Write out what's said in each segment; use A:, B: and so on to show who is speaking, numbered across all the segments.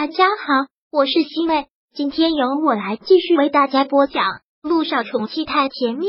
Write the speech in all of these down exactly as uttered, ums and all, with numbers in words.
A: 大家好，我是西妹，今天由我来继续为大家播讲《陆少宠妻太甜蜜》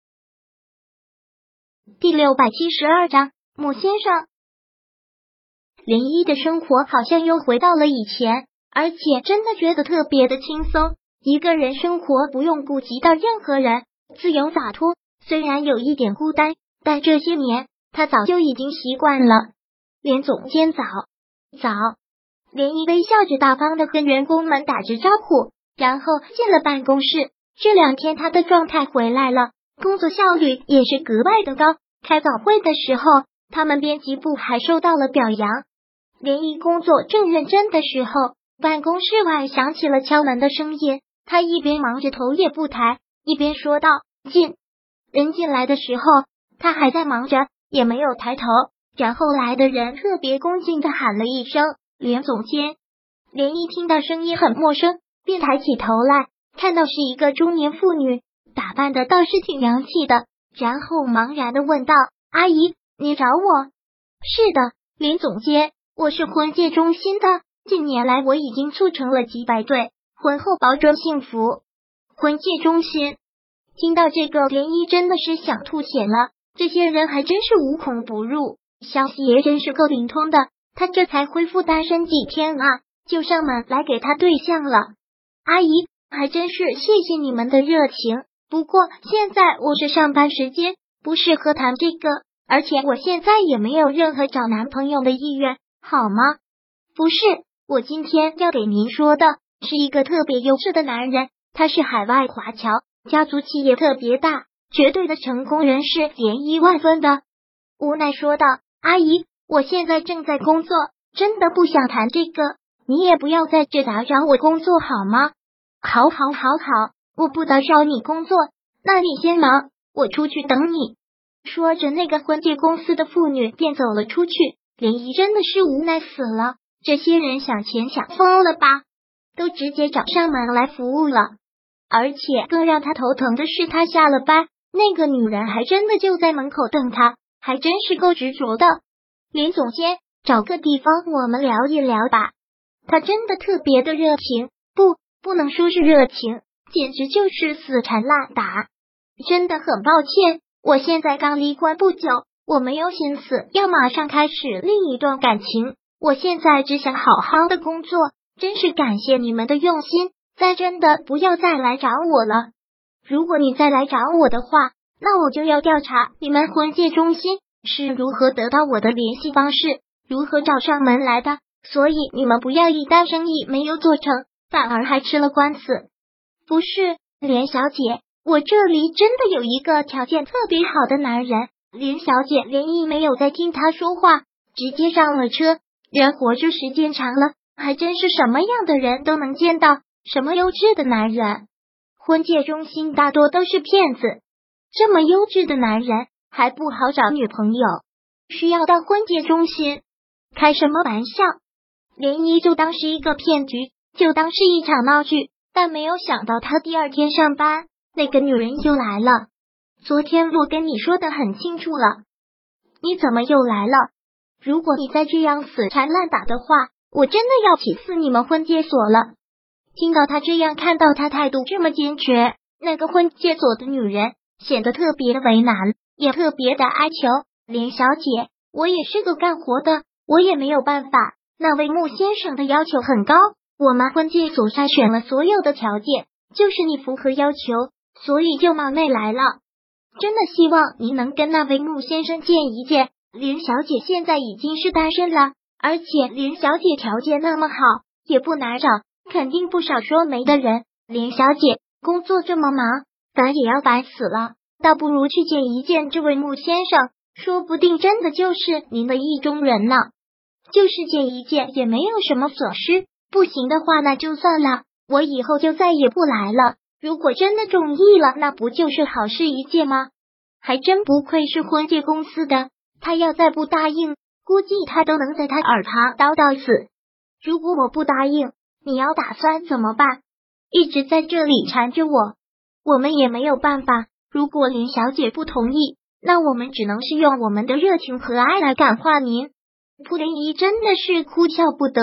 A: 第六百七十二章。穆先生，涟漪的生活好像又回到了以前，而且真的觉得特别的轻松，一个人生活不用顾及到任何人，自由洒脱。虽然有一点孤单，但这些年他早就已经习惯了。连总监早早。涟漪微笑着大方的跟员工们打着招呼，然后进了办公室。这两天他的状态回来了，工作效率也是格外的高。开早会的时候，他们编辑部还受到了表扬。涟漪工作正认真的时候，办公室外响起了敲门的声音。他一边忙着头也不抬，一边说道：“进。”人进来的时候，他还在忙着，也没有抬头。然后来的人特别恭敬的喊了一声：“连总监。”涟漪听到声音很陌生，便抬起头来，看到是一个中年妇女，打扮的倒是挺洋气的，然后茫然的问道：“阿姨，你找我？”“是的，林总监，我是婚介中心的，近年来我已经促成了几百对，婚后保准幸福。”婚介中心。听到这个，涟漪真的是想吐血了，这些人还真是无孔不入，消息也真是够灵通的。他这才恢复单身几天啊，就上门来给他对象了。阿姨，还真是谢谢你们的热情，不过现在我是上班时间，不适合谈这个，而且我现在也没有任何找男朋友的意愿，好吗？不是，我今天要给您说的是一个特别优质的男人，他是海外华侨，家族企业特别大，绝对的成功人士，涟漪万分的无奈说道：“阿姨，我现在正在工作，真的不想谈这个，你也不要在这打扰我工作好吗？”“好好好好，我不打扰你工作，那你先忙，我出去等你。”说着，那个婚介公司的妇女便走了出去。涟漪真的是无奈死了，这些人想钱想疯了吧，都直接找上门来服务了。而且更让他头疼的是，他下了班，那个女人还真的就在门口等他，还真是够执着的。“林总监，找个地方我们聊一聊吧。”他真的特别的热情，不，不能说是热情，简直就是死缠烂打。真的很抱歉，我现在刚离婚不久，我没有心思要马上开始另一段感情，我现在只想好好的工作，真是感谢你们的用心，再真的不要再来找我了。如果你再来找我的话，那我就要调查你们婚介中心是如何得到我的联系方式，如何找上门来的，所以你们不要一单生意没有做成，反而还吃了官司。”“不是，连小姐，我这里真的有一个条件特别好的男人。”连小姐涟漪没有再听他说话，直接上了车。人活着时间长了，还真是什么样的人都能见到，什么优质的男人。婚介中心大多都是骗子，这么优质的男人还不好找女朋友，需要到婚介中心？开什么玩笑！涟漪就当是一个骗局，就当是一场闹剧，但没有想到他第二天上班，那个女人就来了。“昨天我跟你说的很清楚了，你怎么又来了？如果你再这样死缠烂打的话，我真的要起诉你们婚介所了。”听到他这样，看到他态度这么坚决，那个婚介所的女人显得特别的为难，也特别的哀求：“连小姐，我也是个干活的，我也没有办法，那位穆先生的要求很高，我们婚介所筛选了所有的条件，就是你符合要求，所以就冒昧来了。真的希望您能跟那位穆先生见一见。连小姐现在已经是单身了，而且连小姐条件那么好，也不难找，肯定不少说媒的人。连小姐工作这么忙，烦也要烦死了，倒不如去见一见这位穆先生，说不定真的就是您的意中人呢。就是见一见也没有什么损失，不行的话那就算了，我以后就再也不来了。如果真的中意了，那不就是好事一件吗？还真不愧是婚介公司的，他要再不答应，估计他都能在他耳旁叨叨死。如果我不答应，你要打算怎么办？一直在这里缠着我，我们也没有办法。如果林小姐不同意，那我们只能是用我们的热情和爱来感化您。蒲涟漪真的是哭笑不得，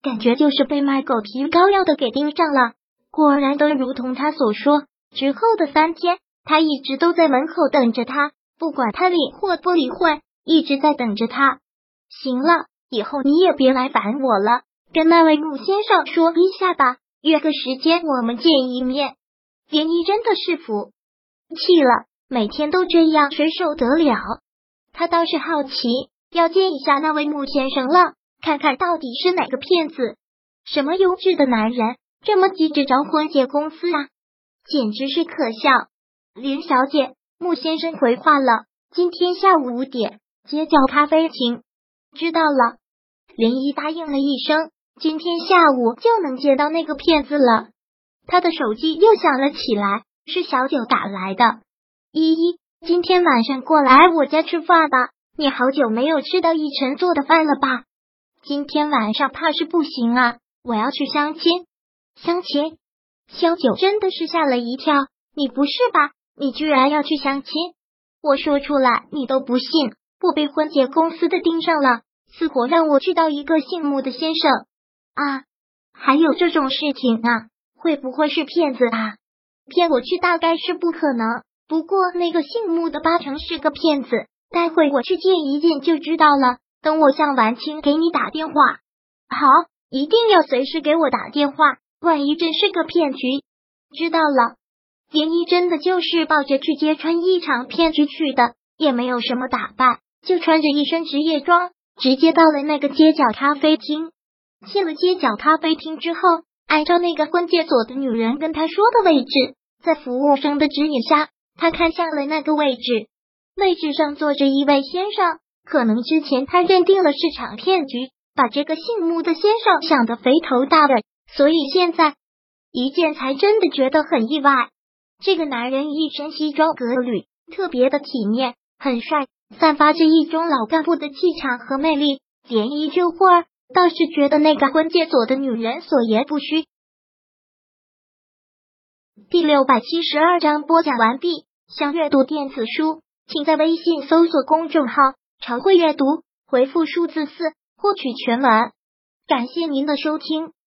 A: 感觉就是被卖狗皮膏药的给盯上了。果然都如同他所说，之后的三天，他一直都在门口等着他，不管他理或不理会，一直在等着他。行了，以后你也别来烦我了，跟那位穆先生说一下吧，约个时间我们见一面。连依真的是服气了，每天都这样，谁受得了？他倒是好奇，要见一下那位穆先生了，看看到底是哪个骗子，什么优质的男人这么急着找婚介公司啊，简直是可笑。林小姐，穆先生回话了，今天下午五点，街角咖啡厅。知道了。林一答应了一声，今天下午就能见到那个骗子了。他的手机又响了起来，是小九打来的。依依，今天晚上过来我家吃饭吧，你好久没有吃到一晨做的饭了吧？今天晚上怕是不行啊，我要去相亲。相亲？小九真的是吓了一跳，你不是吧？你居然要去相亲？我说出来你都不信，不被婚介公司的盯上了，死活让我知道一个姓穆的先生啊！还有这种事情啊？会不会是骗子啊？骗我去大概是不可能，不过那个姓穆的八成是个骗子，待会我去见一见就知道了。等我相完亲给你打电话。好，一定要随时给我打电话，万一真是个骗局。知道了。连依真的就是抱着去揭穿一场骗局去的，也没有什么打扮，就穿着一身职业装，直接到了那个街角咖啡厅。进了街角咖啡厅之后，按照那个婚介所的女人跟他说的位置，在服务生的指引下，他看向了那个位置。位置上坐着一位先生，可能之前他认定了是场骗局，把这个姓穆的先生想得肥头大尾，所以现在一见才真的觉得很意外。这个男人一身西装革履，特别的体面，很帅，散发着一种老干部的气场和魅力。连依这会儿倒是觉得那个婚介所的女人所言不虚。第六百七十二章播讲完毕。想阅读电子书，请在微信搜索公众号常会阅读，回复数字四获取全文。感谢您的收听。